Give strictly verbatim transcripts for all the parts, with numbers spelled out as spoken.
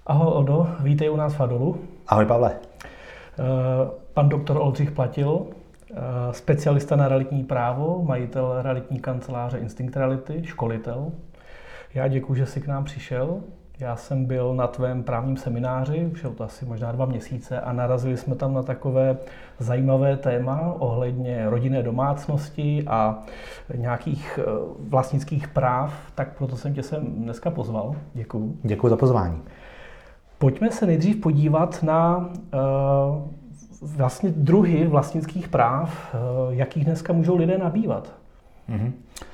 Ahoj Odo, vítej u nás v Adolu. Ahoj Pavle. Pan doktor Oldřich Platil, specialista na realitní právo, majitel realitní kanceláře Instinct Reality, školitel. Já děkuji, že jsi k nám přišel. Já jsem byl na tvém právním semináři, už je to asi možná dva měsíce, a narazili jsme tam na takové zajímavé téma ohledně rodinné domácnosti a nějakých vlastnických práv, tak proto jsem tě sem dneska pozval. Děkuji. Děkuji za pozvání. Pojďme se nejdřív podívat na uh, vlastně druhy vlastnických práv, uh, jakých dneska můžou lidé nabývat. Mm-hmm.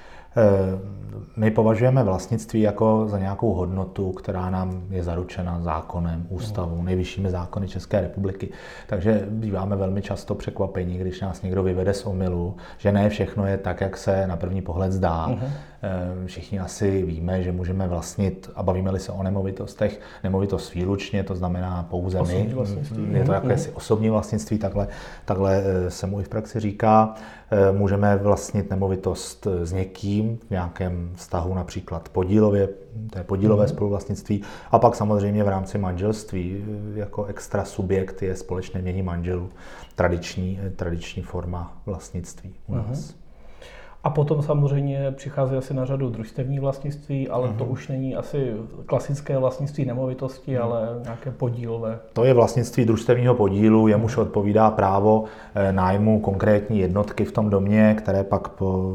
My považujeme vlastnictví jako za nějakou hodnotu, která nám je zaručena zákonem, ústavou, nejvyššími zákony České republiky. Takže býváme velmi často překvapení, když nás někdo vyvede z omylu, že ne všechno je tak, jak se na první pohled zdá. Uh-huh. Všichni asi víme, že můžeme vlastnit, a bavíme-li se o nemovitostech, nemovitost výlučně, to znamená pouze my. Je to jakési osobní vlastnictví, takhle, takhle se mu i v praxi říká. Můžeme vlastnit nemovitost s někým v nějakém vztahu, například podílově, to je podílové mm. spoluvlastnictví, a pak samozřejmě v rámci manželství jako extra subjekt je společné jmění manželů, tradiční, tradiční forma vlastnictví u nás. Mm. A potom samozřejmě přichází asi na řadu družstevní vlastnictví, ale uh-huh. to už není asi klasické vlastnictví nemovitosti, uh-huh. ale nějaké podílové. To je vlastnictví družstevního podílu, jemuž odpovídá právo nájmu konkrétní jednotky v tom domě, které pak po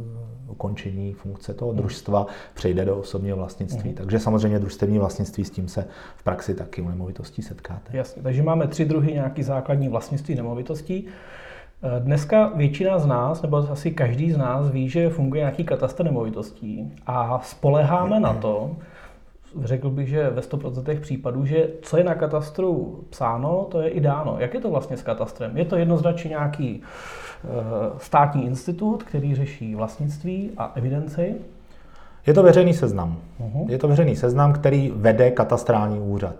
ukončení funkce toho družstva přejde do osobního vlastnictví. Uh-huh. Takže samozřejmě družstevní vlastnictví, s tím se v praxi taky u nemovitostí setkáte. Jasně, takže máme tři druhy nějaký základní vlastnictví nemovitostí. Dneska většina z nás, nebo asi každý z nás ví, že funguje nějaký katastr nemovitostí a spoléháme na to, řekl bych, že ve sto procent případů, že co je na katastru psáno, to je i dáno. Jak je to vlastně s katastrem? Je to jednoznačně nějaký uh, státní institut, který řeší vlastnictví a evidenci? Je to veřejný seznam. Uh-huh. Je to veřejný seznam, který vede katastrální úřad.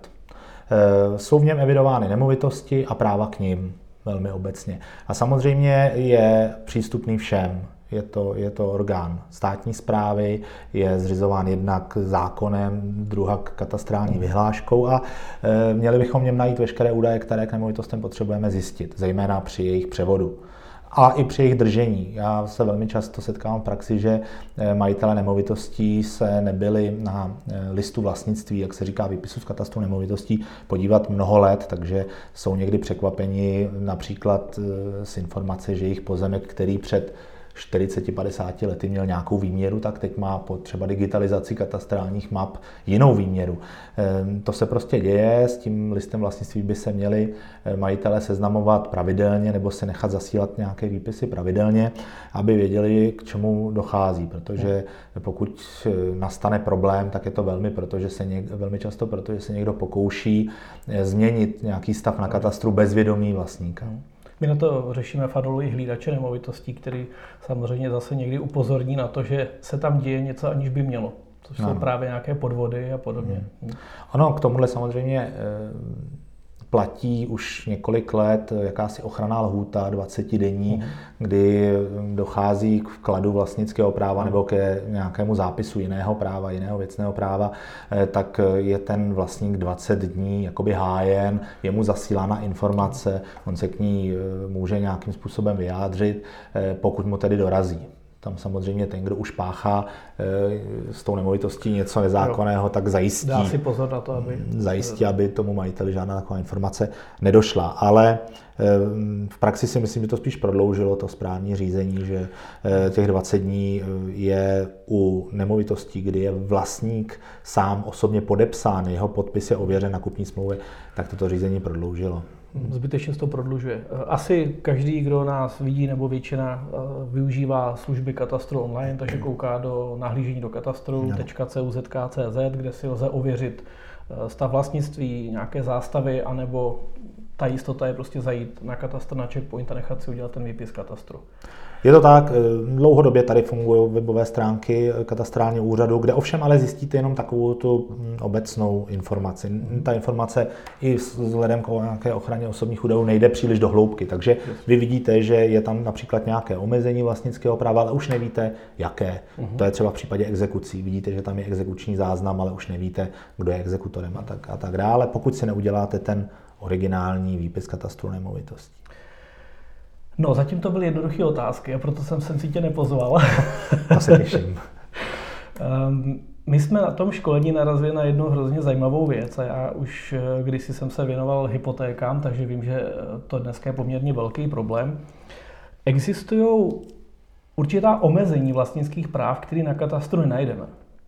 Uh, jsou v něm evidovány nemovitosti a práva k nim. Velmi obecně. A samozřejmě je přístupný všem. Je to, je to orgán státní správy, je zřizován jednak zákonem, druhá katastrální vyhláškou a e, měli bychom v něm najít veškeré údaje, které k nemovitostem potřebujeme zjistit, zejména při jejich převodu. A i při jejich držení. Já se velmi často setkávám v praxi, že majitelé nemovitostí se nebyli na listu vlastnictví, jak se říká, výpisu z katastru nemovitostí, podívat mnoho let, takže jsou někdy překvapeni například z informace, že jejich pozemek, který před čtyřicet padesát lety měl nějakou výměru, tak teď má po třeba digitalizaci katastrálních map jinou výměru. To se prostě děje, s tím listem vlastnictví by se měli majitelé seznamovat pravidelně nebo se nechat zasílat nějaké výpisy pravidelně, aby věděli, k čemu dochází, protože pokud nastane problém, tak je to velmi, protože se něk, velmi často, protože se někdo pokouší změnit nějaký stav na katastru bez vědomí vlastníka. My na to řešíme v Adolu i hlídače nemovitostí, který samozřejmě zase někdy upozorní na to, že se tam děje něco, aniž by mělo. Což no. jsou právě nějaké podvody a podobně. Hmm. Ono k tomuhle samozřejmě platí už několik let jakási ochranná lhůta dvacetidenní, hmm. kdy dochází k vkladu vlastnického práva hmm. nebo ke nějakému zápisu jiného práva, jiného věcného práva, tak je ten vlastník dvacet dní jakoby hájen, je mu zasílána informace, on se k ní může nějakým způsobem vyjádřit, pokud mu tedy dorazí. Tam samozřejmě ten, kdo už páchá e, s tou nemovitostí něco nezákonného, tak zajistí, Dá si pozor na to, aby... zajistí, aby tomu majiteli žádná taková informace nedošla. Ale e, v praxi si myslím, že to spíš prodloužilo to správní řízení, že e, těch dvacet dní je u nemovitostí, kdy je vlastník sám osobně podepsán, jeho podpis je ověřen na kupní smlouvě, tak toto řízení prodloužilo. Zbytečně se to prodlužuje. Asi každý, kdo nás vidí, nebo většina využívá služby katastru online, takže kouká do nahlížení do katastru tečka c u z k tečka c z, kde si lze ověřit stav vlastnictví, nějaké zástavy, anebo ta jistota je prostě zajít na katastr, na checkpoint a nechat si udělat ten výpis katastru. Je to tak, dlouhodobě tady fungují webové stránky katastrálního úřadu, kde ovšem ale zjistíte jenom takovou tu obecnou informaci. Ta informace i vzhledem k nějaké ochraně osobních údajů nejde příliš do hloubky, takže vy vidíte, že je tam například nějaké omezení vlastnického práva, ale už nevíte, jaké. Uh-huh. To je třeba v případě exekucí. Vidíte, že tam je exekuční záznam, ale už nevíte, kdo je exekutorem a tak, a tak dále, pokud si neuděláte ten originální výpis katastru nemovitostí. No, zatím to byly jednoduché otázky a proto jsem sem si tě nepozval. To se těším. um, my jsme na tom školení narazili na jednu hrozně zajímavou věc a já už kdysi jsem se věnoval hypotékám, takže vím, že to dneska je poměrně velký problém. Existují určitá omezení vlastnických práv, které na katastru nenajdeme.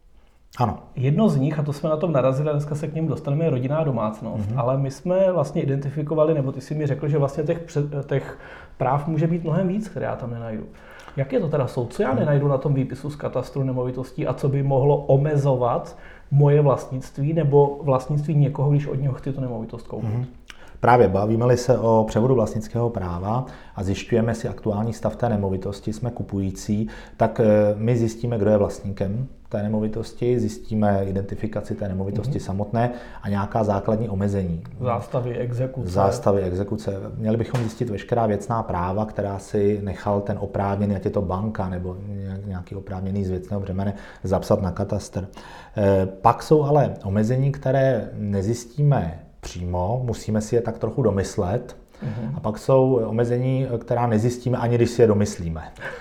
Ano. Jedno z nich, a to jsme na tom narazili, a dneska se k němu dostaneme, je rodinná domácnost. Mm-hmm. Ale my jsme vlastně identifikovali, nebo ty si mi řekl, že vlastně těch, těch práv může být mnohem víc, které já tam nenajdu. Jak je to teda jsou? Co já nenajdu na tom výpisu z katastru nemovitostí a co by mohlo omezovat moje vlastnictví nebo vlastnictví někoho, když od něho chci tu nemovitost koupit? Mm-hmm. Právě bavíme-li se o převodu vlastnického práva a zjišťujeme si aktuální stav té nemovitosti, jsme kupující, tak my zjistíme, kdo je vlastníkem té nemovitosti, zjistíme identifikaci té nemovitosti mm-hmm. samotné a nějaká základní omezení. Zástavy, exekuce. Zástavy, exekuce. Měli bychom zjistit veškerá věcná práva, která si nechal ten oprávněný, ať je to banka nebo nějaký oprávněný z věcného břemene, zapsat na katastr. Pak jsou ale omezení, které nezjistíme přímo, musíme si je tak trochu domyslet. Uhum. A pak jsou omezení, která nezjistíme, ani když si je domyslíme,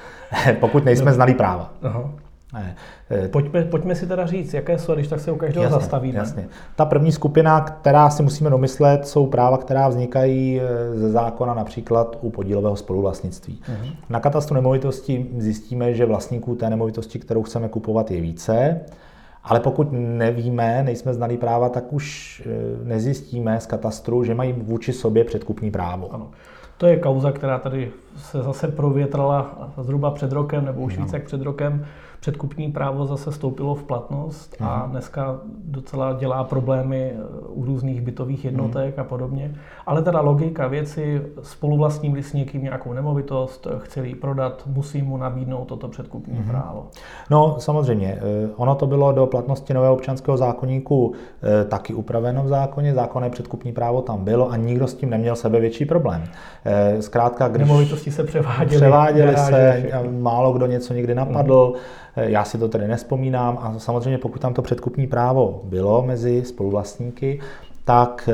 pokud nejsme znalí práva. Aha. Ne. Pojďme, pojďme si teda říct, jaké jsou, když tak se u každého jasně, zastavíme. Jasně. Ta první skupina, která si musíme domyslet, jsou práva, která vznikají ze zákona například u podílového spoluvlastnictví. Uhum. Na katastru nemovitosti zjistíme, že vlastníků té nemovitosti, kterou chceme kupovat, je více. Ale pokud nevíme, nejsme znalí práva, tak už nezjistíme z katastru, že mají vůči sobě předkupní právo. Ano. To je kauza, která tady se zase provětrala zhruba před rokem, nebo už no. více jak před rokem. Předkupní právo zase vstoupilo v platnost a uh-huh. dneska docela dělá problémy u různých bytových jednotek uh-huh. a podobně. Ale teda logika věci, spoluvlastním s někým nějakou nemovitost, chci ji prodat, musím mu nabídnout toto předkupní uh-huh. právo. No samozřejmě, ono to bylo do platnosti nového občanského zákoníku taky upraveno v zákoně, zákonné předkupní právo tam bylo a nikdo s tím neměl sebevětší problém. Zkrátka, když nemovitosti se převáděly, převáděly se, málo kdo něco někdy napadl, uh-huh. Já si to tedy nespomínám a samozřejmě pokud tam to předkupní právo bylo mezi spoluvlastníky, tak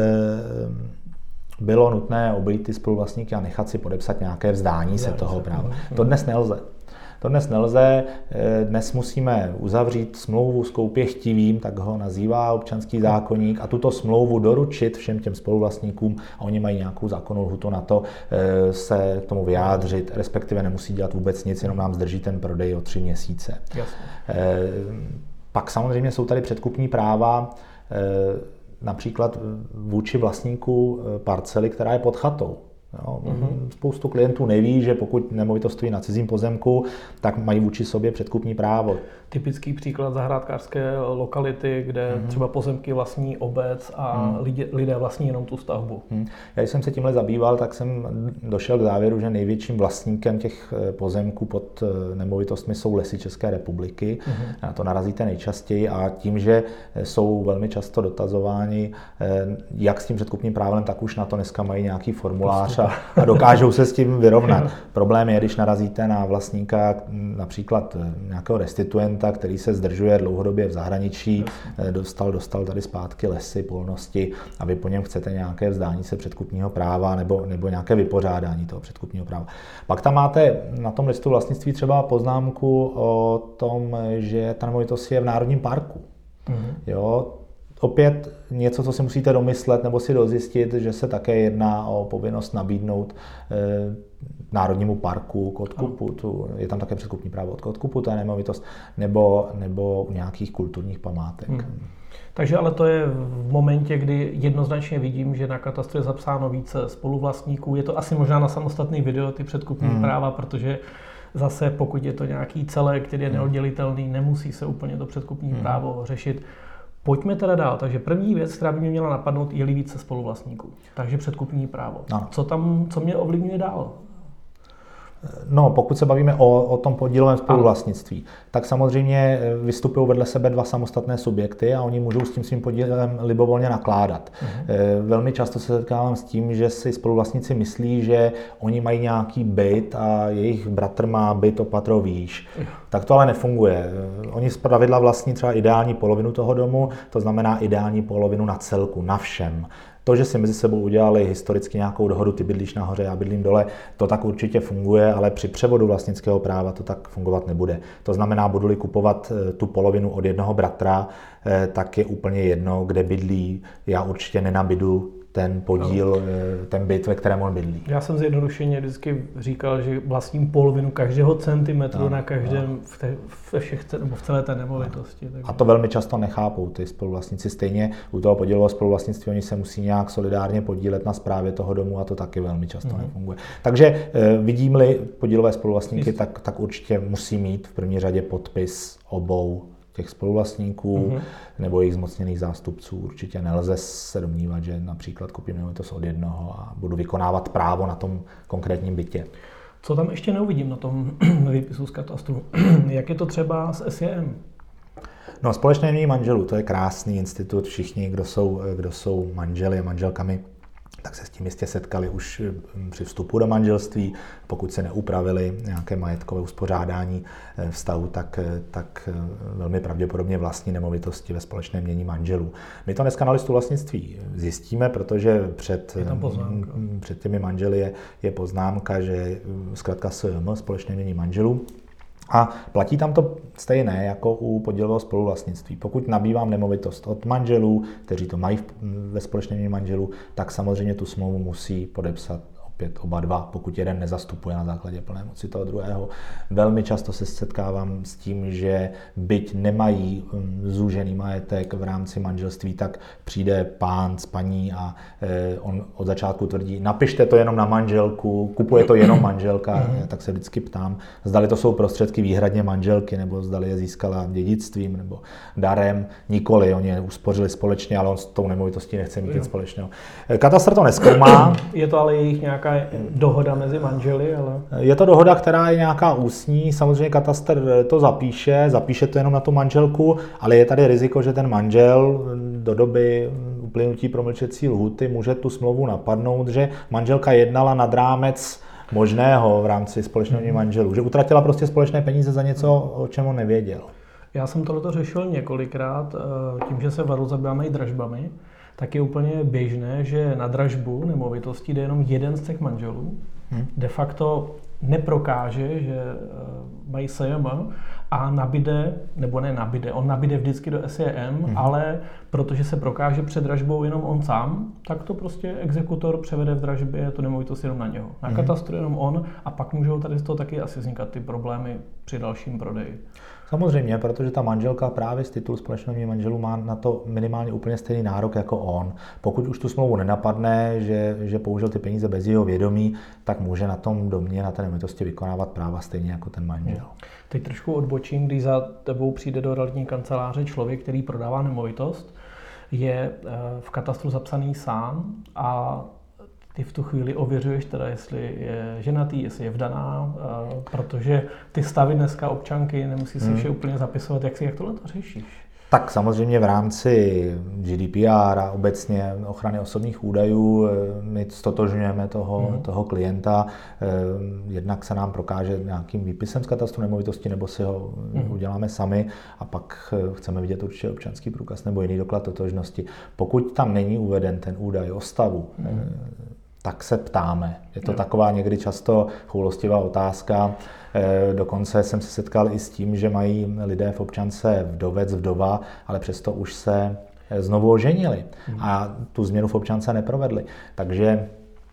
bylo nutné obejít ty spoluvlastníky a nechat si podepsat nějaké vzdání se toho práva. To dnes nelze. To dnes nelze, dnes musíme uzavřít smlouvu s koupěchtivým, tak ho nazývá občanský zákoník, a tuto smlouvu doručit všem těm spoluvlastníkům a oni mají nějakou zákonnou lhůtu na to se k tomu vyjádřit, respektive nemusí dělat vůbec nic, jenom nám zdrží ten prodej o tři měsíce. Jasně. Pak samozřejmě jsou tady předkupní práva, například vůči vlastníku parcely, která je pod chatou. Jo, uh-huh. Spoustu klientů neví, že pokud nemovitost stojí na cizím pozemku, tak mají vůči sobě předkupní právo. Typický příklad zahrádkářské lokality, kde uh-huh. třeba pozemky vlastní obec a uh-huh. lidé, lidé vlastní jenom tu stavbu. Uh-huh. Já když jsem se tímhle zabýval, tak jsem došel k závěru, že největším vlastníkem těch pozemků pod nemovitostmi jsou Lesy České republiky. Uh-huh. Na to narazíte nejčastěji a tím, že jsou velmi často dotazováni jak s tím předkupním právem, tak už na to dneska mají nějaký formulář a, a dokážou se s tím vyrovnat. Problém je, když narazíte na vlastníka například nějakého restituenta, který se zdržuje dlouhodobě v zahraničí, dostal, dostal tady zpátky lesy, polnosti a vy po něm chcete nějaké vzdání se předkupního práva nebo, nebo nějaké vypořádání toho předkupního práva. Pak tam máte na tom listu vlastnictví třeba poznámku o tom, že ta nemovitost je v národním parku. Mm-hmm. Jo, opět něco, co si musíte domyslet nebo si dozjistit, že se také jedná o povinnost nabídnout e, národnímu parku k odkupu, tu, je tam také předkupní právo k odkupu té nemovitost, nebo, nebo u nějakých kulturních památek. Hmm. Takže ale to je v momentě, kdy jednoznačně vidím, že na katastru je zapsáno více spoluvlastníků. Je to asi možná na samostatný video, ty předkupní hmm. práva, protože zase pokud je to nějaký celek, který je neoddělitelný, nemusí se úplně to předkupní hmm. právo řešit. Pojďme teda dál. Takže první věc, která by mě měla napadnout, je více spoluvlastníků. Takže předkupní právo. Ano. Co tam, co mě ovlivňuje dál? No, pokud se bavíme o, o tom podílovém spoluvlastnictví, tak samozřejmě vystupují vedle sebe dva samostatné subjekty a oni můžou s tím svým podílem libovolně nakládat. Uh-huh. Velmi často se setkávám s tím, že si spoluvlastníci myslí, že oni mají nějaký byt a jejich bratr má byt o patro výš. Uh-huh. Tak to ale nefunguje. Oni zpravidla vlastní třeba ideální polovinu toho domu, to znamená ideální polovinu na celku, na všem. To, že si mezi sebou udělali historicky nějakou dohodu, ty bydlíš nahoře, já bydlím dole, to tak určitě funguje, ale při převodu vlastnického práva to tak fungovat nebude. To znamená, budu-li kupovat tu polovinu od jednoho bratra, tak je úplně jedno, kde bydlí. Já určitě nenabydu ten podíl, no. ten byt, ve kterém on bydlí. Já jsem zjednodušeně vždycky říkal, že vlastním polovinu každého centimetru no, na každém, no. v, te, ve všech, nebo v celé té nemovitosti. No. A to velmi často nechápou ty spoluvlastníci. Stejně u toho podílového spoluvlastnictví oni se musí nějak solidárně podílet na správě toho domu a to taky velmi často mm. nefunguje. Takže vidím-li podílové spoluvlastníky, tak, tak určitě musí mít v první řadě podpis obou těch spoluvlastníků mm-hmm. nebo jejich zmocněných zástupců. Určitě nelze se domnívat, že například koupím nemovitost od jednoho a budu vykonávat právo na tom konkrétním bytě. Co tam ještě neuvidím na tom výpisu z katastru? Jak je to třeba s S J M? No, společné jmění manželů, to je krásný institut. Všichni, kdo jsou, kdo jsou manželi a manželkami, tak se s tím jistě setkali už při vstupu do manželství. Pokud se neupravili nějaké majetkové uspořádání vztahu, tak, tak velmi pravděpodobně vlastní nemovitosti ve společném jmění manželů. My to dneska na listu vlastnictví zjistíme, protože před, před těmi manželi je, je poznámka, že zkrátka S J M, společné jmění manželů. A platí tam to stejné jako u podílového spoluvlastnictví. Pokud nabývám nemovitost od manželů, kteří to mají ve společném jmění manželů, tak samozřejmě tu smlouvu musí podepsat opět oba dva, pokud jeden nezastupuje na základě plné moci toho druhého. Velmi často se setkávám s tím, že byť nemají zúžený majetek v rámci manželství, tak přijde pán s paní a on od začátku tvrdí, napište to jenom na manželku, kupuje to jenom manželka, tak se vždycky ptám, zdali to jsou prostředky výhradně manželky, nebo zdali je získala dědictvím nebo darem. Nikoli, oni je uspořili společně, ale on s tou nemovitostí nechce mít nic společného. Katastr to nezkoumá. Je to ale jejich nějaká dohoda mezi manželi, ale... Je to dohoda, která je nějaká ústní, samozřejmě katastr to zapíše, zapíše to jenom na tu manželku, ale je tady riziko, že ten manžel do doby uplynutí promlčecí lhůty může tu smlouvu napadnout, že manželka jednala nad rámec možného v rámci společného jmění manželů, že utratila prostě společné peníze za něco, o čem on nevěděl. Já jsem tohleto řešil několikrát, tím, že se varu zabýváme i dražbami, tak je úplně běžné, že na dražbu nemovitostí jde jenom jeden z těch manželů. Hmm. De facto neprokáže, že mají S J M a nabide, nebo ne nabide, on nabide vždycky do S J M, hmm. ale protože se prokáže před dražbou jenom on sám, tak to prostě exekutor převede v dražbě tu nemovitost jenom na něho. Na hmm. katastru jenom on a pak můžou tady z toho taky asi vznikat ty problémy při dalším prodeji. Samozřejmě, protože ta manželka právě z titulu společného jmění manželů má na to minimálně úplně stejný nárok jako on. Pokud už tu smlouvu nenapadne, že, že použil ty peníze bez jeho vědomí, tak může na tom domě, na té nemovitosti vykonávat práva stejně jako ten manžel. Teď trošku odbočím, když za tebou přijde do realitní kanceláře člověk, který prodává nemovitost, je v katastru zapsaný sám a ty v tu chvíli ověřuješ teda, jestli je ženatý, jestli je vdaná, protože ty stavy dneska občanky nemusí si hmm. vše úplně zapisovat. Jak si jak tohle to řešíš? Tak samozřejmě v rámci G D P R a obecně ochrany osobních údajů my stotožňujeme toho, hmm. toho klienta. Jednak se nám prokáže nějakým výpisem z katastru nemovitosti, nebo si ho hmm. uděláme sami a pak chceme vidět určitě občanský průkaz nebo jiný doklad totožnosti. Pokud tam není uveden ten údaj o stavu, hmm. tak se ptáme. Je to taková někdy často choulostivá otázka. Dokonce jsem se setkal i s tím, že mají lidé v občance vdovec, vdova, ale přesto už se znovu oženili a tu změnu v občance neprovedli. Takže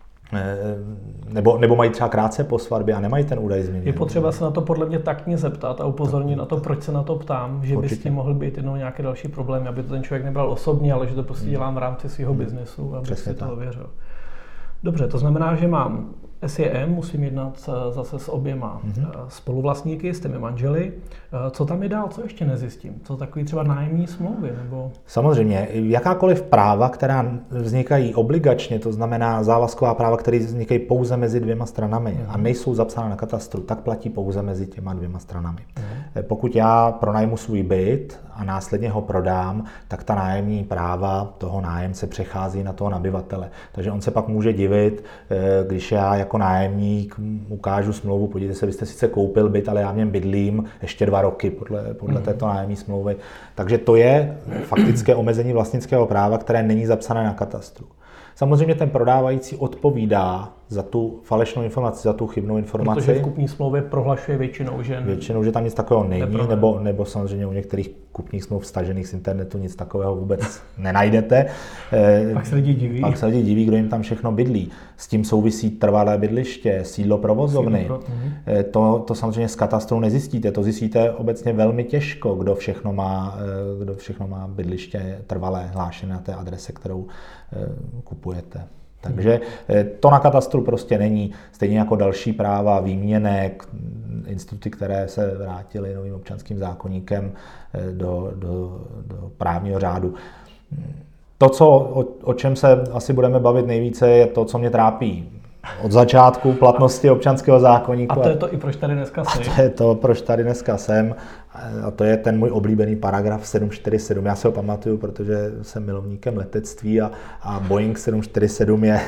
nebo, nebo mají třeba krátce po svatbě a nemají ten údaj změněný. Je potřeba se na to podle mě taktně zeptat a upozornit na to, proč se na to ptám, že by s tím mohl být jednou nějaké další problémy, aby to ten člověk nebral osobně, ale že to prostě dělám v rámci svého biznesu, aby si to ověřil. Dobře, to znamená, že mám S J M musím jednat zase s oběma mm-hmm. spoluvlastníky, s těmi manželi. Co tam je dál? Co ještě nezjistím? Co takový třeba nájemní smlouvy? Nebo... Samozřejmě, jakákoliv práva, která vznikají obligačně, to znamená závazková práva, které vznikají pouze mezi dvěma stranami mm-hmm. a nejsou zapsána na katastru, tak platí pouze mezi těma dvěma stranami. Mm-hmm. Pokud já pronajmu svůj byt a následně ho prodám, tak ta nájemní práva toho nájemce přechází na toho nabyvatele. Takže on se pak může divit, když já jako nájemník ukážu smlouvu, podívejte se, vy jste sice koupil byt, ale já v něm bydlím ještě dva roky podle, podle mm-hmm. této nájemní smlouvy. Takže to je faktické omezení vlastnického práva, které není zapsané na katastru. Samozřejmě ten prodávající odpovídá za tu falešnou informaci, za tu chybnou informaci. Protože v kupní smlouvě prohlašuje většinou, že... Většinou, že tam nic takového není, nebo, nebo samozřejmě u některých kupních smluv stažených z internetu nic takového vůbec nenajdete. Pak se lidi diví. Pak se lidi diví, kdo jim tam všechno bydlí. S tím souvisí trvalé bydliště, sídlo provozovny. Sídlo pro... to, to samozřejmě z katastru nezjistíte. To zjistíte obecně velmi těžko, kdo všechno má, kdo všechno má bydliště trvalé hlášené na té adrese, kterou kupujete. Takže to na katastru prostě není, stejně jako další práva, výměnek, instituty, které se vrátily novým občanským zákoníkem do, do, do právního řádu. To, co, o, o čem se asi budeme bavit nejvíce, je to, co mě trápí od začátku platnosti občanského zákoníku. A to je to i proč tady dneska jsem. A to je to, proč tady dneska jsem. A to je ten můj oblíbený paragraf sedm čtyřicet sedm. Já si ho pamatuju, protože jsem milovníkem letectví a, a Boeing sedm čtyřicet sedm je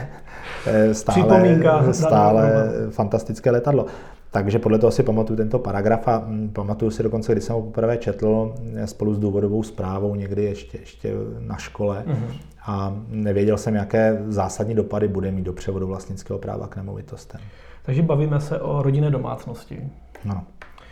stále, stále fantastické letadlo. Takže podle toho si pamatuju tento paragraf a pamatuju si dokonce, když jsem ho poprvé četl spolu s důvodovou zprávou někdy ještě, ještě na škole. Mm-hmm. A nevěděl jsem, jaké zásadní dopady bude mít do převodu vlastnického práva k nemovitostem. Takže bavíme se o rodinné domácnosti. No.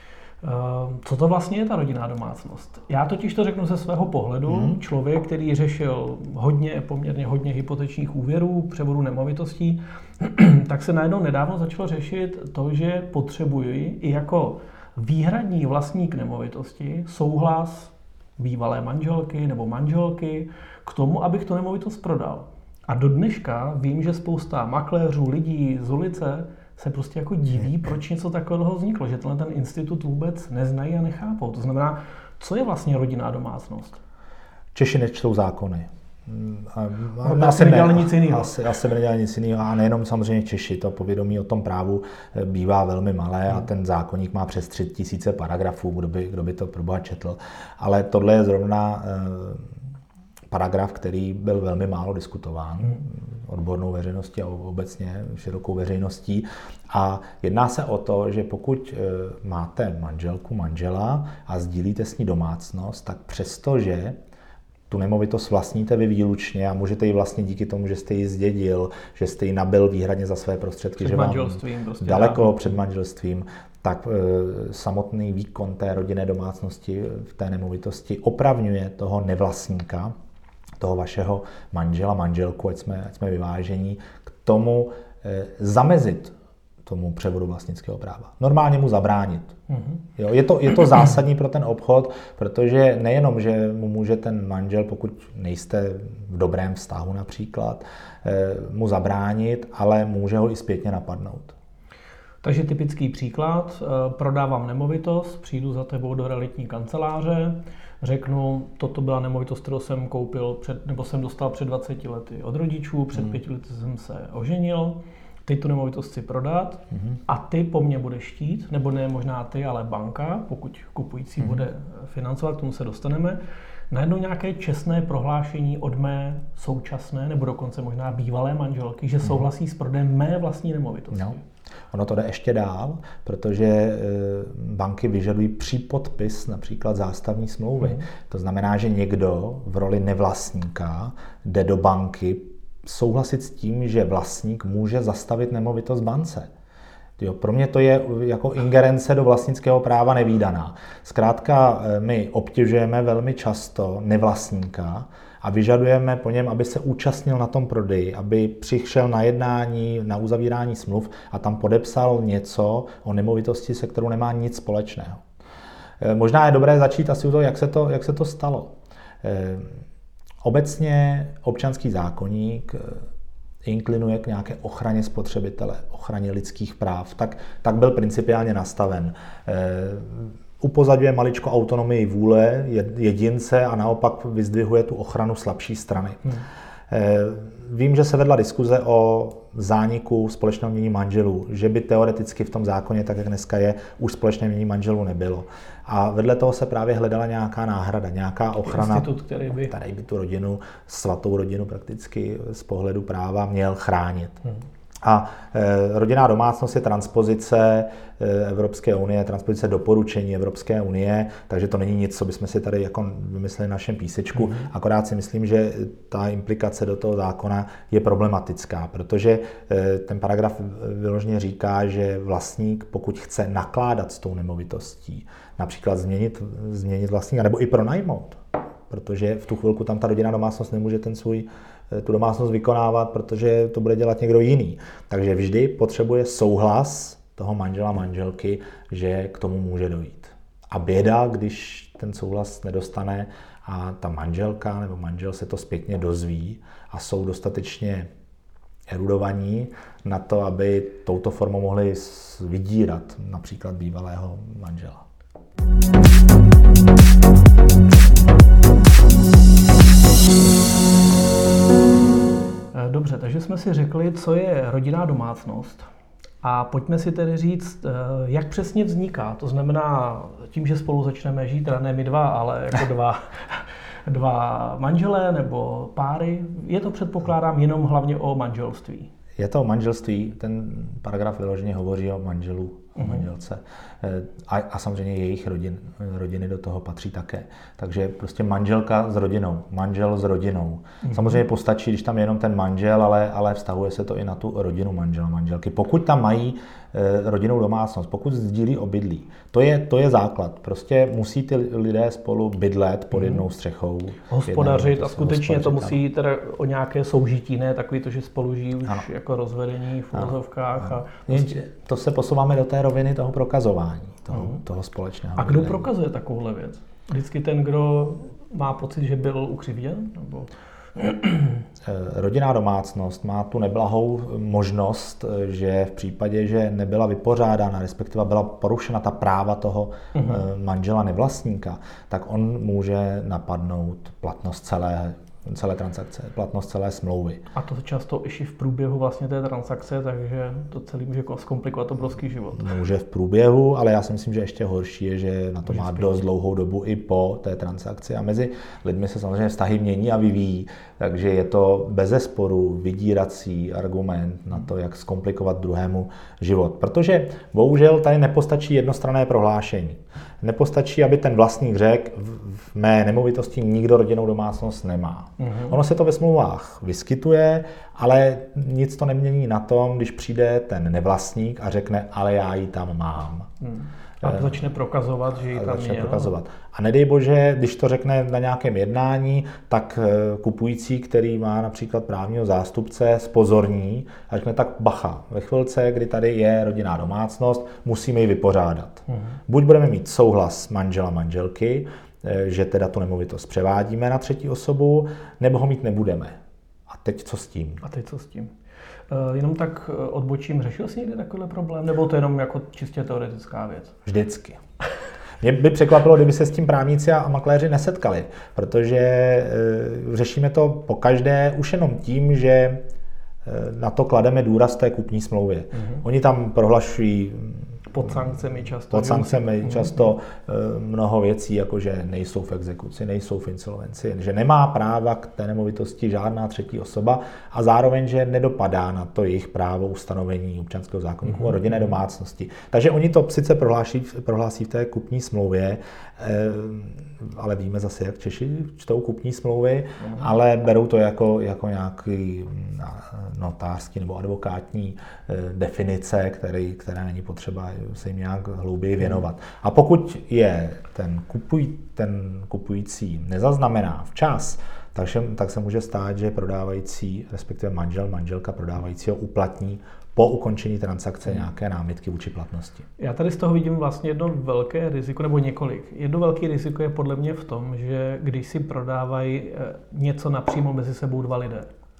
Co to vlastně je ta rodinná domácnost? Já totiž to řeknu ze svého pohledu. Hmm. Člověk, který řešil hodně, poměrně hodně hypotečních úvěrů, převodu nemovitostí, tak se najednou nedávno začalo řešit to, že potřebuji i jako výhradní vlastník nemovitosti souhlas bývalé manželky nebo manželky k tomu, abych tu nemovitost prodal. A do dneška vím, že spousta makléřů, lidí z ulice se prostě jako diví, proč něco takového vzniklo, že tenhle ten institut vůbec neznají a nechápou. To znamená, co je vlastně rodinná domácnost? Češi nečtou zákony. A, a asi nedělali nic jiného. Asi, asi nedělali nic jiného a nejenom samozřejmě Češi. To povědomí o tom právu bývá velmi malé hmm. a ten zákoník má přes tři tisíce paragrafů, kdo by, kdo by to proboha četl. Ale tohle je zrovna paragraf, který byl velmi málo diskutován hmm. odbornou veřejností a obecně širokou veřejností. A jedná se o to, že pokud máte manželku, manžela a sdílíte s ní domácnost, tak přestože tu nemovitost vlastníte vy výlučně a můžete ji vlastnit díky tomu, že jste ji zdědil, že jste ji nabyl výhradně za své prostředky, před že vám prostě daleko dávno. Před manželstvím, tak e, samotný výkon té rodinné domácnosti v té nemovitosti opravňuje toho nevlastníka, toho vašeho manžela, manželku, ať jsme, ať jsme vyvážení, k tomu e, zamezit tomu převodu vlastnického práva. Normálně mu zabránit. Mm-hmm. Jo, je, to, je to zásadní pro ten obchod, protože nejenom, že mu může ten manžel, pokud nejste v dobrém vztahu například, e, mu zabránit, ale může ho i zpětně napadnout. Takže typický příklad, prodávám nemovitost, přijdu za tebou do realitní kanceláře, řeknu, toto byla nemovitost, kterou jsem koupil, před, nebo jsem dostal před dvaceti lety od rodičů, před hmm. pěti lety jsem se oženil, teď tu nemovitost chci prodat hmm. a ty po mně budeš chtít, nebo ne možná ty, ale banka, pokud kupující hmm. bude financovat, k tomu se dostaneme, najednou nějaké čestné prohlášení od mé současné, nebo dokonce možná bývalé manželky, že souhlasí s prodejem mé vlastní nemovitosti. No. Ono to jde ještě dál, protože banky vyžadují přípodpis například zástavní smlouvy. Hmm. To znamená, že někdo v roli nevlastníka jde do banky souhlasit s tím, že vlastník může zastavit nemovitost bance. Jo, pro mě to je jako ingerence do vlastnického práva nevídaná. Zkrátka my obtěžujeme velmi často nevlastníka a vyžadujeme po něm, aby se účastnil na tom prodeji, aby přišel na jednání, na uzavírání smluv a tam podepsal něco o nemovitosti, se kterou nemá nic společného. Možná je dobré začít asi u toho, jak se to, jak se to stalo. Obecně občanský zákoník inklinuje k nějaké ochraně spotřebitele, ochraně lidských práv, tak, tak byl principiálně nastaven. Upozadňuje maličko autonomii vůle jedince a naopak vyzdvihuje tu ochranu slabší strany. Hmm. Vím, že se vedla diskuze o zániku společného jmění manželů, že by teoreticky v tom zákoně, tak jak dneska je, už společné jmění manželů nebylo. A vedle toho se právě hledala nějaká náhrada, nějaká ochrana, institut, který by... který by tu rodinu, svatou rodinu prakticky z pohledu práva měl chránit. Hmm. A e, rodinná domácnost je transpozice e, Evropské unie, transpozice doporučení Evropské unie, takže to není nic, co bychom si tady jako vymysleli na našem písečku. Mm-hmm. Akorát si myslím, že ta implikace do toho zákona je problematická, protože e, ten paragraf vyloženě říká, že vlastník, pokud chce nakládat s tou nemovitostí, například změnit, změnit vlastníka nebo i pronajmout, protože v tu chvilku tam ta rodinná domácnost nemůže ten svůj tu domácnost vykonávat, protože to bude dělat někdo jiný. Takže vždy potřebuje souhlas toho manžela, manželky, že k tomu může dojít. A běda, když ten souhlas nedostane a ta manželka nebo manžel se to zpětně dozví a jsou dostatečně erudovaní na to, aby touto formou mohli vydírat například bývalého manžela. Dobře, takže jsme si řekli, co je rodinná domácnost. A pojďme si tedy říct, jak přesně vzniká. To znamená tím, že spolu začneme žít, teda ne my dva, ale jako dva, dva manželé nebo páry. Je to, předpokládám, jenom hlavně o manželství. Je to o manželství, ten paragraf vyloženě hovoří o manželu, o manželce. A, a samozřejmě jejich rodin, rodiny do toho patří také. Takže prostě manželka s rodinou, manžel s rodinou. Mm-hmm. Samozřejmě postačí, když tam je jenom ten manžel, ale, ale vztahuje se to i na tu rodinu manžela, manželky. Pokud tam mají e, rodinnou domácnost, pokud sdílí obydlí, to je, to je základ. Prostě musí ty lidé spolu bydlet pod jednou střechou. Hospodařit a skutečně to musí teda o nějaké soužití, ne takový to, že spolu žijí už ano. jako rozvedení v uvozovkách. A prostě... To se posouváme do té roviny toho prokazování, toho, uh-huh. toho společného. A kdo bydlení. Prokazuje takovouhle věc? Vždycky ten, kdo má pocit, že byl ukřivděn? Nebo... Rodinná domácnost má tu neblahou možnost, že v případě, že nebyla vypořádána, respektive byla porušena ta práva toho uh-huh. manžela nevlastníka, tak on může napadnout platnost celé celé transakce, platnost celé smlouvy. A to často i v průběhu vlastně té transakce, takže to celý může zkomplikovat obrovský život. Může v průběhu, ale já si myslím, že ještě horší je, že na to může má zpět. Dost dlouhou dobu i po té transakci. A mezi lidmi se samozřejmě vztahy mění a vyvíjí, takže je to bezesporu vydírací argument na to, jak zkomplikovat druhému život. Protože bohužel tady nepostačí jednostranné prohlášení. Nepostačí, aby ten vlastník řekl, v mé nemovitosti nikdo rodinnou domácnost nemá. Mm-hmm. Ono se to ve smlouvách vyskytuje, ale nic to nemění na tom, když přijde ten nevlastník a řekne, ale já ji tam mám. Mm. A to začne prokazovat, že ji tam začne je. Prokazovat. A nedej bože, když to řekne na nějakém jednání, tak kupující, který má například právního zástupce, spozorní a řekne tak bacha, ve chvilce, kdy tady je rodinná domácnost, musíme ji vypořádat. Hmm. Buď budeme mít souhlas manžela, manželky, že teda tu nemovitost převádíme na třetí osobu, nebo ho mít nebudeme. A teď co s tím? A teď co s tím? Uh, jenom tak odbočím, řešil jsi někdy takovýhle problém, nebo to jenom jako čistě teoretická věc? Vždycky. Mě by překvapilo, kdyby se s tím právníci a makléři nesetkali, protože e, řešíme to pokaždé už jenom tím, že e, na to klademe důraz té kupní smlouvě. Mm-hmm. Oni tam prohlašují pod sankcemi často. Pod sankcemi často mnoho věcí, jako že nejsou v exekuci, nejsou v insolvenci, že nemá práva k té nemovitosti žádná třetí osoba a zároveň, že nedopadá na to jejich právo ustanovení občanského zákoníku o rodinné domácnosti. Takže oni to sice prohlásí, prohlásí v té kupní smlouvě, ale víme zase, jak Češi čtou kupní smlouvy, mm. ale berou to jako, jako nějaký notářský nebo advokátní definice, který, která není potřeba se jim nějak hlouběji věnovat. A pokud je ten, kupuj, ten kupující nezaznamená včas, takže, tak se může stát, že prodávající, respektive manžel, manželka prodávajícího uplatní po ukončení transakce nějaké námitky vůči platnosti. Já tady z toho vidím vlastně jedno velké riziko, nebo několik. Jedno velké riziko je podle mě v tom, že když si prodávají něco napřímo mezi sebou dva lidé,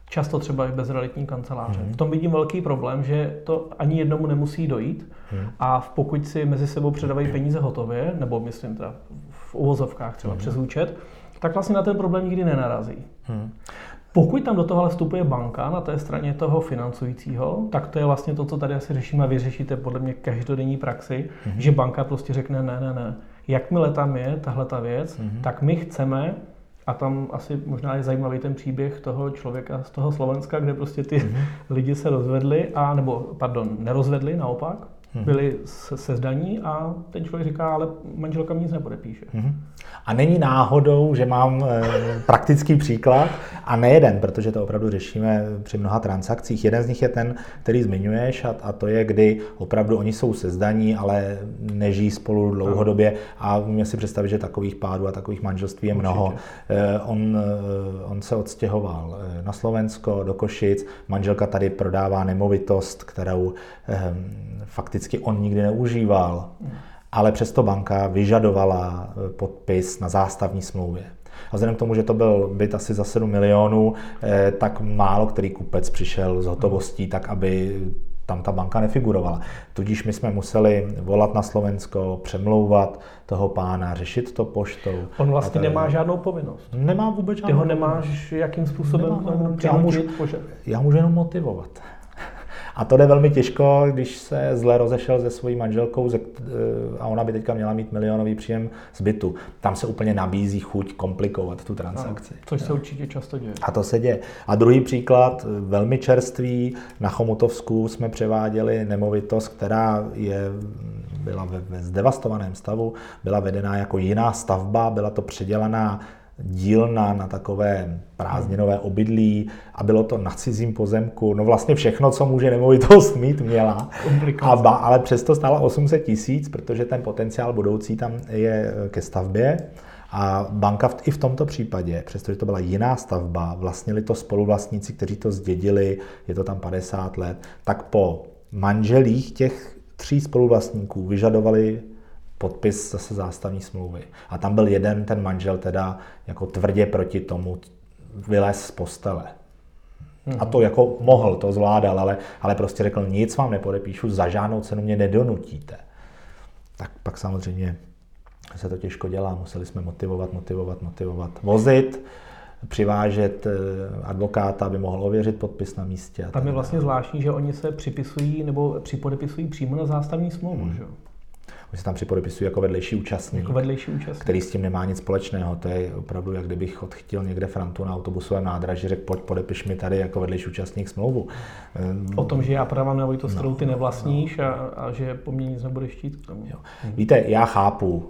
Často třeba i bez realitní kanceláře. Hmm. V tom vidím velký problém, že to ani jednomu nemusí dojít hmm. a pokud si mezi sebou předávají peníze hotově, nebo myslím teda v uvozovkách třeba hmm. přes účet, tak vlastně na ten problém nikdy nenarazí. Hmm. Pokud tam do toho ale vstupuje banka na té straně toho financujícího, tak to je vlastně to, co tady asi řešíme a vy řešíte podle mě každodenní praxi, mm-hmm. že banka prostě řekne ne, ne, ne. Jakmile tam je tahle ta věc, mm-hmm. tak my chceme, a tam asi možná je zajímavý ten příběh toho člověka z toho Slovenska, kde prostě ty mm-hmm. lidi se rozvedli, a, nebo pardon, nerozvedli, naopak, mm-hmm. byli se, se zdaní a ten člověk říká, ale manželka mi nic nepodepíše. Mm-hmm. A není náhodou, že mám e, praktický příklad a nejeden, protože to opravdu řešíme při mnoha transakcích. Jeden z nich je ten, který zmiňuješ a, a to je, kdy opravdu oni jsou se zdaní, ale nežijí spolu dlouhodobě a můžeme si představit, že takových párů a takových manželství je mnoho. E, on, e, on se odstěhoval na Slovensko, do Košic, manželka tady prodává nemovitost, kterou e, fakticky on nikdy neužíval. Ale přesto banka vyžadovala podpis na zástavní smlouvě. A vzhledem k tomu, že to byl byt asi za sedm milionů, tak málo který kupec přišel s hotovostí, tak aby tam ta banka nefigurovala. Tudíž my jsme museli volat na Slovensko, přemlouvat toho pána, řešit to poštou. On vlastně tady nemá žádnou povinnost. Nemá vůbec žádnou. Ty ho nemáš jakým způsobem k tomu přinutit? Já můžu jenom motivovat. A to jde velmi těžko, když se zle rozešel se svojí manželkou a ona by teďka měla mít milionový příjem z bytu. Tam se úplně nabízí chuť komplikovat tu transakci. No, což se určitě často děje. A to se děje. A druhý příklad, velmi čerstvý, na Chomutovsku jsme převáděli nemovitost, která je, byla ve, ve zdevastovaném stavu, byla vedená jako jiná stavba, byla to předělaná dílna na takové prázdninové obydlí a bylo to na cizím pozemku. No vlastně všechno, co může nemovitost mít, měla. A ba, ale přesto stála osm set tisíc, protože ten potenciál budoucí tam je ke stavbě. A banka v, i v tomto případě, přestože to byla jiná stavba, vlastnili to spoluvlastníci, kteří to zdědili, je to tam padesát let, tak po manželích těch tří spoluvlastníků vyžadovali podpis zase zástavní smlouvy. A tam byl jeden, ten manžel teda jako tvrdě proti tomu vylez z postele. Hmm. A to jako mohl, to zvládal, ale, ale prostě řekl, nic vám nepodepíšu, za žádnou cenu mě nedonutíte. Tak pak samozřejmě se to těžko dělá, museli jsme motivovat, motivovat, motivovat, vozit, přivážet advokáta, aby mohl ověřit podpis na místě. Tam je vlastně zvláštní, že oni se připisují nebo připodepisují přímo na zástavní smlouvu, hmm. že jo? Oni se tam připodepisují jako vedlejší účastník, jako vedlejší účastník, který s tím nemá nic společného. To je opravdu, jak kdybych odchytil někde Frantu na autobusovém nádraží, řekl, pojď, podepiš mi tady jako vedlejší účastník smlouvu. O tom, že já prodávám nemovitost, kterou ty nevlastníš a, a že po mně nic nebudeš chtít k tomu. Jo. Víte, já chápu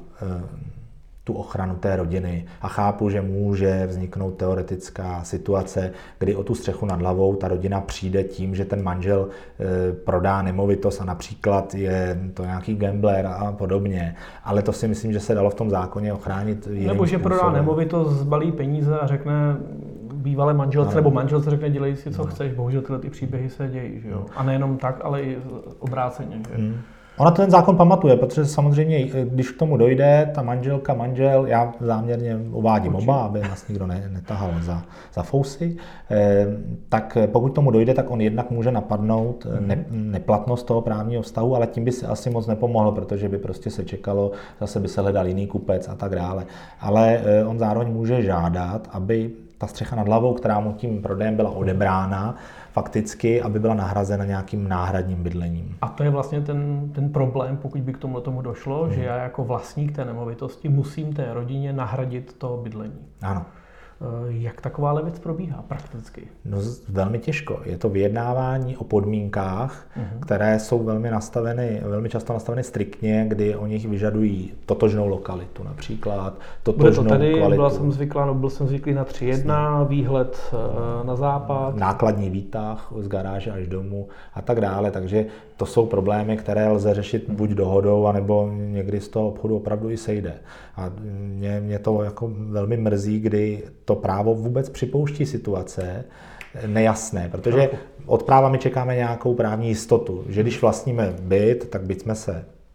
tu ochranu té rodiny a chápu, že může vzniknout teoretická situace, kdy o tu střechu nad hlavou ta rodina přijde tím, že ten manžel e, prodá nemovitost a například je to nějaký gambler a podobně, ale to si myslím, že se dalo v tom zákoně ochránit jiným Nebo že způsobem. Prodá nemovitost, zbalí peníze a řekne bývalé manželce, nebo manželce řekne, dělej si, co no. chceš, bohužel tyhle ty příběhy se dějí, že jo? A nejenom tak, ale i obráceně, že? Hmm. Ona ten zákon pamatuje, protože samozřejmě, když k tomu dojde, ta manželka, manžel, já záměrně uvádím Určitě. oba, aby nás nikdo ne, netahal za, za fousy, eh, tak pokud k tomu dojde, tak on jednak může napadnout mm-hmm. ne, neplatnost toho právního vztahu, ale tím by se asi moc nepomohlo, protože by prostě se čekalo, zase by se hledal jiný kupec a tak dále. Ale eh, on zároveň může žádat, aby ta střecha nad hlavou, která mu tím prodejem byla odebrána, fakticky, aby byla nahrazena nějakým náhradním bydlením. A to je vlastně ten, ten problém, pokud by k tomu tomu došlo, hmm. že já jako vlastník té nemovitosti musím té rodině nahradit to bydlení. Ano. Jak taková věc probíhá prakticky? No velmi těžko. Je to vyjednávání o podmínkách, uh-huh. které jsou velmi nastaveny, velmi často nastaveny striktně, kdy o nich vyžadují totožnou lokalitu například, totožnou Bude to tady, kvalitu. Byla jsem zvyklá, no, byl jsem zvyklý na tři jedna, výhled na západ. Nákladní výtah z garáže až domů a tak dále, takže to jsou problémy, které lze řešit buď dohodou, anebo někdy z toho obchodu opravdu i sejde. A mě, mě to jako velmi mrzí, kdy to právo vůbec připouští situace nejasné, protože od práva my čekáme nějakou právní jistotu, že když vlastníme byt, tak byť jsme se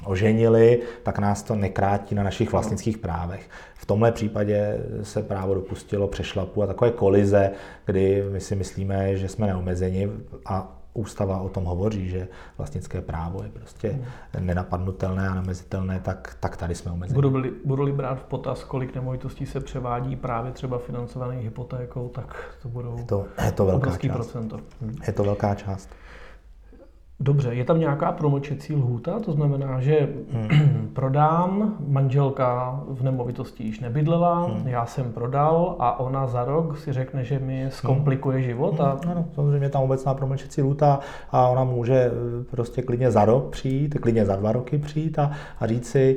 oženili, tak nás to nekrátí na našich vlastnických právech. V tomhle případě se právo dopustilo přešlapu a takové kolize, kdy my si myslíme, že jsme neomezeni a Ústava o tom hovoří, že vlastnické právo je prostě hmm. nenapadnutelné a nemezitelné, tak, tak tady jsme omezeni. Budu-li, budu-li brát v potaz, kolik nemovitostí se převádí právě třeba financovaných hypotékou, tak to budou je to, je to velká obrovský část. procento. Hmm. Je to velká část. Dobře, je tam nějaká promlčecí lhůta, to znamená, že hmm. prodám, manželka v nemovitosti již nebydlela, hmm. já jsem prodal a ona za rok si řekne, že mi zkomplikuje hmm. život. A... Hmm. Ano, samozřejmě tam obecná promlčecí lhůta a ona může prostě klidně za rok přijít, klidně za dva roky přijít a, a říct si,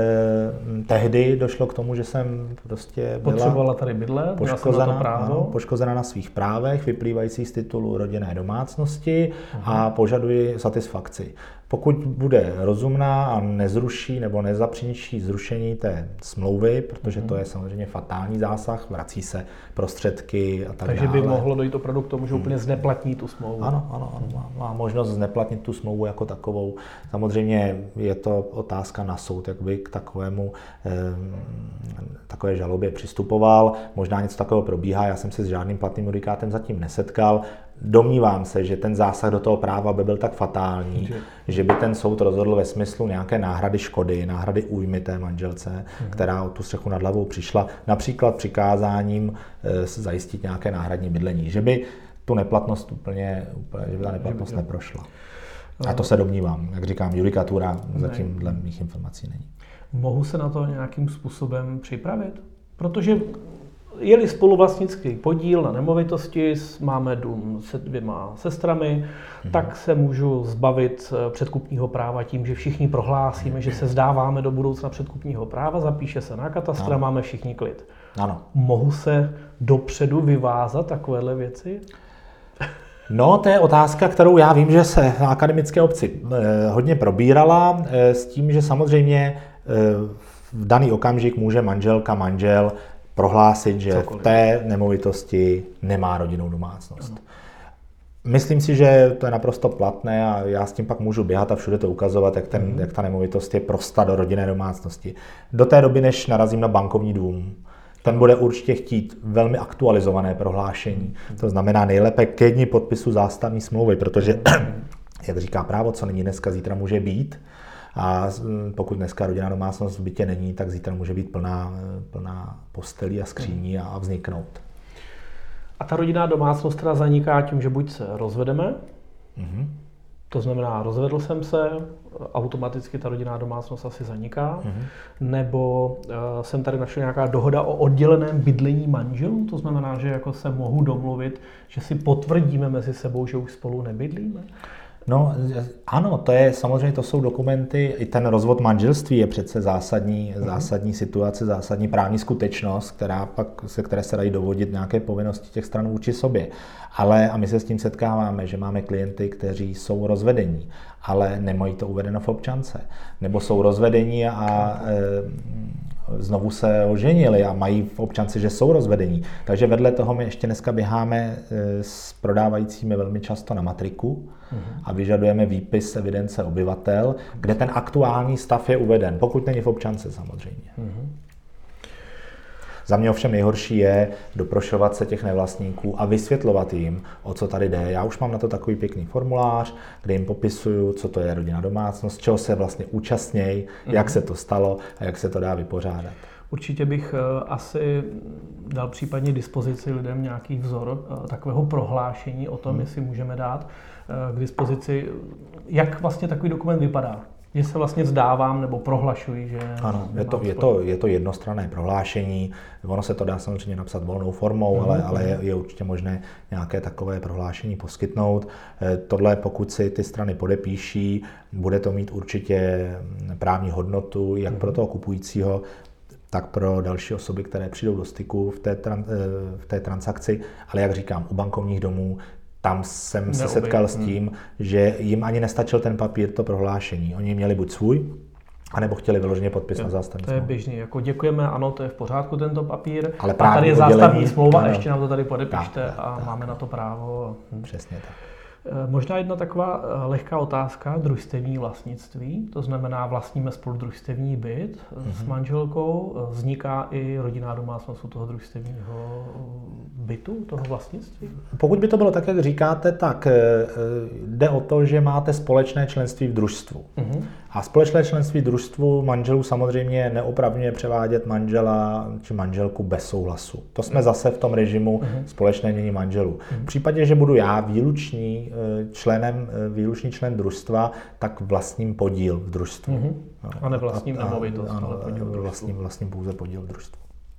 eh, tehdy došlo k tomu, že jsem prostě byla potřebovala tady bydlet, poškozena, na to právo. Ano, poškozena na svých právech, vyplývajících z titulu rodinné domácnosti hmm. a požaduji satisfakci. Pokud bude rozumná a nezruší nebo nezapříčí zrušení té smlouvy, protože to je samozřejmě fatální zásah, vrací se prostředky a tak Takže dále. by mohlo dojít opravdu k tomu, že úplně zneplatní tu smlouvu. Ano, ano, ano. Má, má možnost zneplatnit tu smlouvu jako takovou. Samozřejmě je to otázka na soud, jak by k takovému eh, takové žalobě přistupoval. Možná něco takového probíhá, já jsem se s žádným platným judikátem zatím nesetkal. Domnívám se, že ten zásah do toho práva by byl tak fatální, že, že by ten soud rozhodl ve smyslu nějaké náhrady škody, náhrady újmy té manželce, hmm. která o tu střechu nad hlavou přišla, například přikázáním e, zajistit nějaké náhradní bydlení, že by tu neplatnost úplně, úplně že by ta neplatnost že by, neprošla. A to se domnívám, jak říkám, judikatura zatím dle mých informací není. Mohu se na to nějakým způsobem připravit? Protože je-li spoluvlastnický podíl na nemovitosti, máme dům se dvěma sestrami, mm-hmm. tak se můžu zbavit předkupního práva tím, že všichni prohlásíme, že se zdáváme do budoucna předkupního práva, zapíše se na katastr, máme všichni klid. Ano. Mohu se dopředu vyvázat takovéhle věci? No, to je otázka, kterou já vím, že se na akademické obci hodně probírala, s tím, že samozřejmě v daný okamžik může manželka, manžel prohlásit, že Cokoliv. v té nemovitosti nemá rodinnou domácnost. Ano. Myslím si, že to je naprosto platné a já s tím pak můžu běhat a všude to ukazovat, jak, ten, mm. jak ta nemovitost je prosta do rodinné domácnosti. Do té doby, než narazím na bankovní dům, ten bude určitě chtít velmi aktualizované prohlášení. Mm. To znamená nejlépe ke dni podpisu zástavní smlouvy, protože, mm. jak říká právo, co není dneska, zítra může být. A pokud dneska rodinná domácnost v bytě není, tak zítra může být plná, plná postelí a skříní a vzniknout. A ta rodinná domácnost teda zaniká tím, že buď se rozvedeme, mm-hmm. to znamená, rozvedl jsem se, automaticky ta rodinná domácnost asi zaniká, mm-hmm. nebo uh, jsem tady našel nějaká dohoda o odděleném bydlení manželů, to znamená, že jako se mohu domluvit, že si potvrdíme mezi sebou, že už spolu nebydlíme. No ano, to je samozřejmě, to jsou dokumenty, i ten rozvod manželství je přece zásadní, mm-hmm. zásadní situace, zásadní právní skutečnost, která pak, se které se dají dovodit nějaké povinnosti těch stran vůči sobě. Ale, a my se s tím setkáváme, že máme klienty, kteří jsou rozvedení, ale nemají to uvedeno v občance. Nebo jsou rozvedení a e, znovu se oženili a mají v občance, že jsou rozvedení. Takže vedle toho my ještě dneska běháme s prodávajícími velmi často na matriku a vyžadujeme výpis evidence obyvatel, kde ten aktuální stav je uveden, pokud není v občance samozřejmě. Mm-hmm. Za mě ovšem nejhorší je doprošovat se těch nevlastníků a vysvětlovat jim, o co tady jde. Já už mám na to takový pěkný formulář, kde jim popisuju, co to je rodinná domácnost, čeho se vlastně účastnějí, mm-hmm. jak se to stalo a jak se to dá vypořádat. Určitě bych asi dal případně dispozici lidem nějaký vzor takového prohlášení o tom, hmm. jestli můžeme dát k dispozici, jak vlastně takový dokument vypadá. Že se vlastně vzdávám nebo prohlašuji, že... Ano, je to, je, to, je to jednostranné prohlášení, ono se to dá samozřejmě napsat volnou formou, mm, ale, ale je, je určitě možné nějaké takové prohlášení poskytnout. Tohle, pokud si ty strany podepíší, bude to mít určitě právní hodnotu, jak mm. pro toho kupujícího, tak pro další osoby, které přijdou do styku v té, v té transakci. Ale jak říkám, u bankovních domů, tam jsem Neobej. se setkal s tím, hmm. že jim ani nestačil ten papír, to prohlášení. Oni měli buď svůj, anebo chtěli vyloženě podpis jo, na zástavní smlouvu. To je běžný. Jako děkujeme, ano, to je v pořádku tento papír. Ale a tady je zástavní smlouva, no, ještě nám to tady podepište tak, a tak, máme tak, na to právo. Přesně tak. Možná jedna taková lehká otázka, družstevní vlastnictví, to znamená vlastníme spolu družstevní byt mm-hmm. s manželkou, vzniká i rodinná domácnost u toho družstevního bytu, toho vlastnictví? Pokud by to bylo tak, jak říkáte, tak jde o to, že máte společné členství v družstvu. Mm-hmm. A společné členství v družstvu manželů samozřejmě neopravňuje převádět manžela či manželku bez souhlasu. To jsme mm-hmm. zase v tom režimu mm-hmm. společné jmění manželů. Mm-hmm. V případě, že budu já výlučný členem, výlučný člen družstva, tak vlastním podíl v družstvu. Mm-hmm. A ne vlastním nemovitost, ale podíl v družstvu. Vlastním, vlastním pouze podíl v družstvu.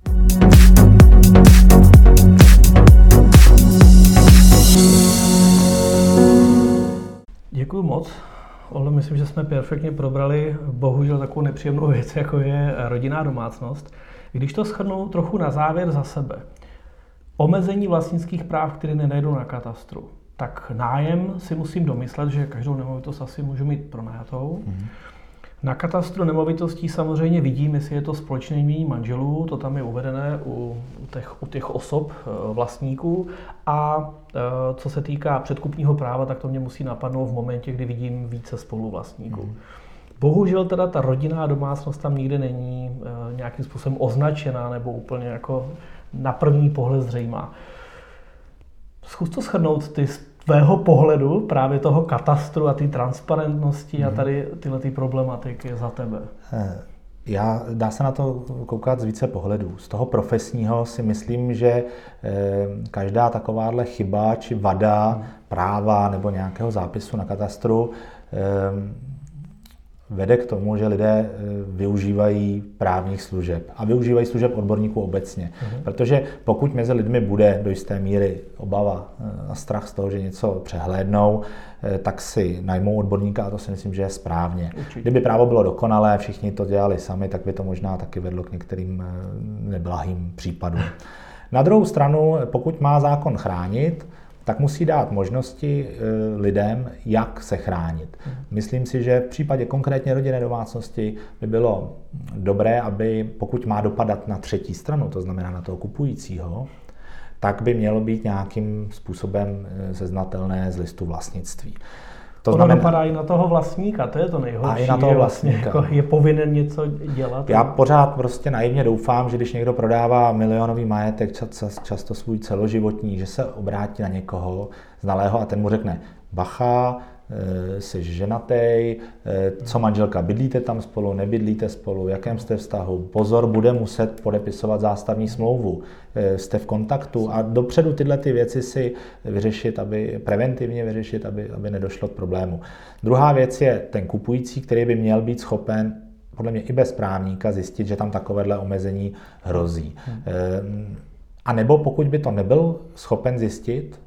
Děkuji moc. Ale myslím, že jsme perfektně probrali bohužel takovou nepříjemnou věc, jako je rodinná domácnost. Když to shrnu trochu na závěr za sebe. Omezení vlastnických práv, které nenajdu na katastru. Tak nájem si musím domyslet, že každou nemovitost asi můžu mít pronajatou. Mm-hmm. Na katastru nemovitostí samozřejmě vidím, jestli je to společné jmění manželů, to tam je uvedené u těch, u těch osob, vlastníků. A co se týká předkupního práva, tak to mě musí napadnout v momentě, kdy vidím více spoluvlastníků. Mm. Bohužel teda ta rodinná domácnost tam nikdy není nějakým způsobem označená nebo úplně jako na první pohled zřejmá. Zkus to shrnout ty z tvého pohledu, právě toho katastru a ty transparentnosti mm. a tady tyhle ty problematiky za tebe. Já, dá se na to koukat z více pohledů. Z toho profesního si myslím, že každá takováhle chyba či vada práva nebo nějakého zápisu na katastru vede k tomu, že lidé využívají právních služeb a využívají služeb odborníků obecně. Mhm. Protože pokud mezi lidmi bude do jisté míry obava a strach z toho, že něco přehlédnou, tak si najmou odborníka a to si myslím, že je správně. Určitě. Kdyby právo bylo dokonalé, všichni to dělali sami, tak by to možná taky vedlo k některým neblahým případům. Na druhou stranu, pokud má zákon chránit, tak musí dát možnosti lidem, jak se chránit. Myslím si, že v případě konkrétně rodinné domácnosti by bylo dobré, aby pokud má dopadat na třetí stranu, to znamená na toho kupujícího, tak by mělo být nějakým způsobem seznatelné z listu vlastnictví. To ono znamená, dopadá i na toho vlastníka, to je to nejhorší. A i na toho vlastníka. Vlastně, jako je povinen něco dělat. Já pořád prostě naivně doufám, že když někdo prodává milionový majetek, často svůj celoživotní, že se obrátí na někoho znalého a ten mu řekne: bacha, jsi ženatý, co manželka, bydlíte tam spolu, nebydlíte spolu, v jakém jste vztahu, pozor, bude muset podepisovat zástavní smlouvu, jste v kontaktu a dopředu tyhle ty věci si vyřešit, aby preventivně vyřešit, aby, aby nedošlo k problému. Druhá věc je ten kupující, který by měl být schopen podle mě i bez právníka zjistit, že tam takovéhle omezení hrozí. Hmm. A nebo pokud by to nebyl schopen zjistit,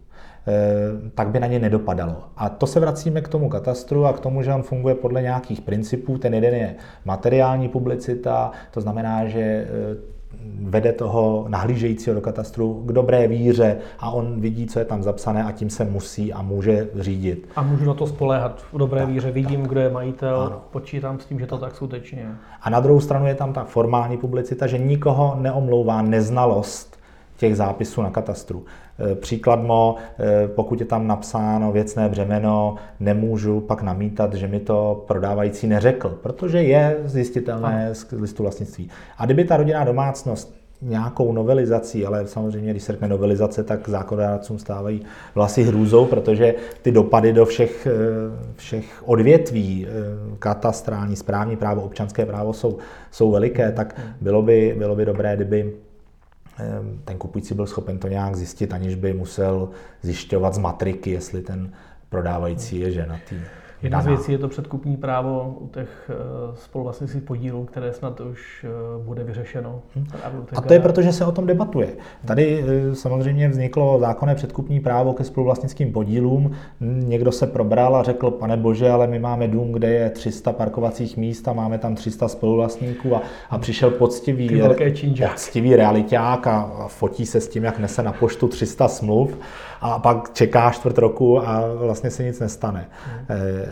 tak by na ně nedopadalo. A to se vracíme k tomu katastru a k tomu, že on funguje podle nějakých principů. Ten jeden je materiální publicita, to znamená, že vede toho nahlížejícího do katastru k dobré víře a on vidí, co je tam zapsané a tím se musí a může řídit. A můžu na to spoléhat v dobré tak, víře, vidím, tak. Kdo je majitel, ano. Počítám s tím, že to tak skutečně je. A na druhou stranu je tam ta formální publicita, že nikoho neomlouvá neznalost těch zápisů na katastru. Příkladmo, pokud je tam napsáno věcné břemeno, nemůžu pak namítat, že mi to prodávající neřekl, protože je zjistitelné z listu vlastnictví. A kdyby ta rodinná domácnost nějakou novelizací, ale samozřejmě, když se řekne novelizace, tak zákonodárcům stávají vlasy hrůzou, protože ty dopady do všech, všech odvětví, katastrální, správní právo, občanské právo jsou, jsou veliké, tak bylo by, bylo by dobré, kdyby ten kupující byl schopen to nějak zjistit, aniž by musel zjišťovat z matriky, jestli ten prodávající je ženatý. Jedna z věcí je to předkupní právo u těch spoluvlastnických podílů, které snad už bude vyřešeno. A to je proto, že se o tom debatuje. Tady samozřejmě vzniklo zákonné předkupní právo ke spoluvlastnickým podílům. Někdo se probral a řekl: pane bože, ale my máme dům, kde je tři sta parkovacích míst a máme tam tři sta spoluvlastníků a, a přišel poctivý, poctivý realiťák a, a fotí se s tím, jak nese na poštu tři sta smluv a pak čeká čtvrt roku a vlastně se nic nestane. Hmm.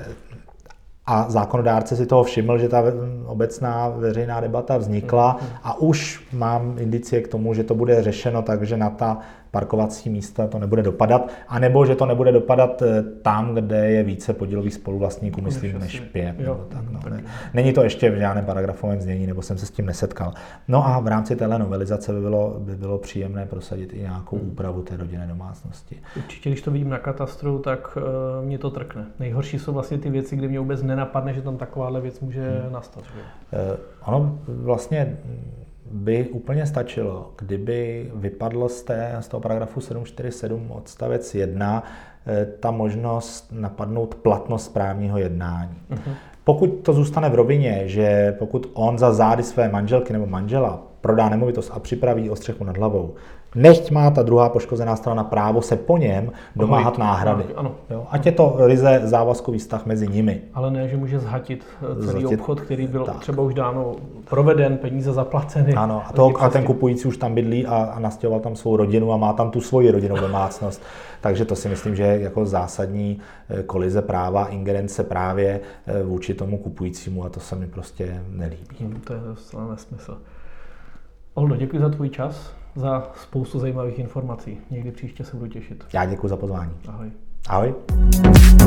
A zákonodárce si toho všiml, že ta obecná veřejná debata vznikla a už mám indicie k tomu, že to bude řešeno tak, že na ta parkovací místa to nebude dopadat, anebo že to nebude dopadat tam, kde je více podílových spoluvlastníků, myslím, než pět. Jo, tak, no, ne. Není to ještě v žádném paragrafovém znění, nebo jsem se s tím nesetkal. No a v rámci téhle novelizace by bylo, by bylo příjemné prosadit i nějakou hmm. úpravu té rodinné domácnosti. Určitě, když to vidím na katastru, tak uh, mě to trkne. Nejhorší jsou vlastně ty věci, kde mě vůbec nenapadne, že tam takováhle věc může hmm. nastat. Že? Uh, ono vlastně by úplně stačilo, kdyby vypadlo z, té, z toho paragrafu sedm čtyřicet sedm odstavec jedna ta možnost napadnout platnost správního jednání. Uh-huh. Pokud to zůstane v rovině, že pokud on za zády své manželky nebo manžela prodá nemovitost a připraví o střechu nad hlavou, nechť má ta druhá poškozená strana právo se po něm domáhat Ohojit. náhrady. Ano. Jo? Ať je to ryze závazkový vztah mezi nimi. Ale ne, že může zhatit celý zhatit, obchod, který byl tak. třeba už dávno proveden, peníze zaplaceny. Ano, a, to, a ten kupující už tam bydlí a, a nastěhoval tam svou rodinu a má tam tu svoji rodinnou domácnost. Takže to si myslím, že je jako zásadní kolize práva, ingerence právě vůči tomu kupujícímu a to se mi prostě nelíbí. Hmm, to je zcela nesmysl. Oldo, děkuji za tvůj čas, za spoustu zajímavých informací. Někdy příště se budu těšit. Já děkuji za pozvání. Ahoj. Ahoj.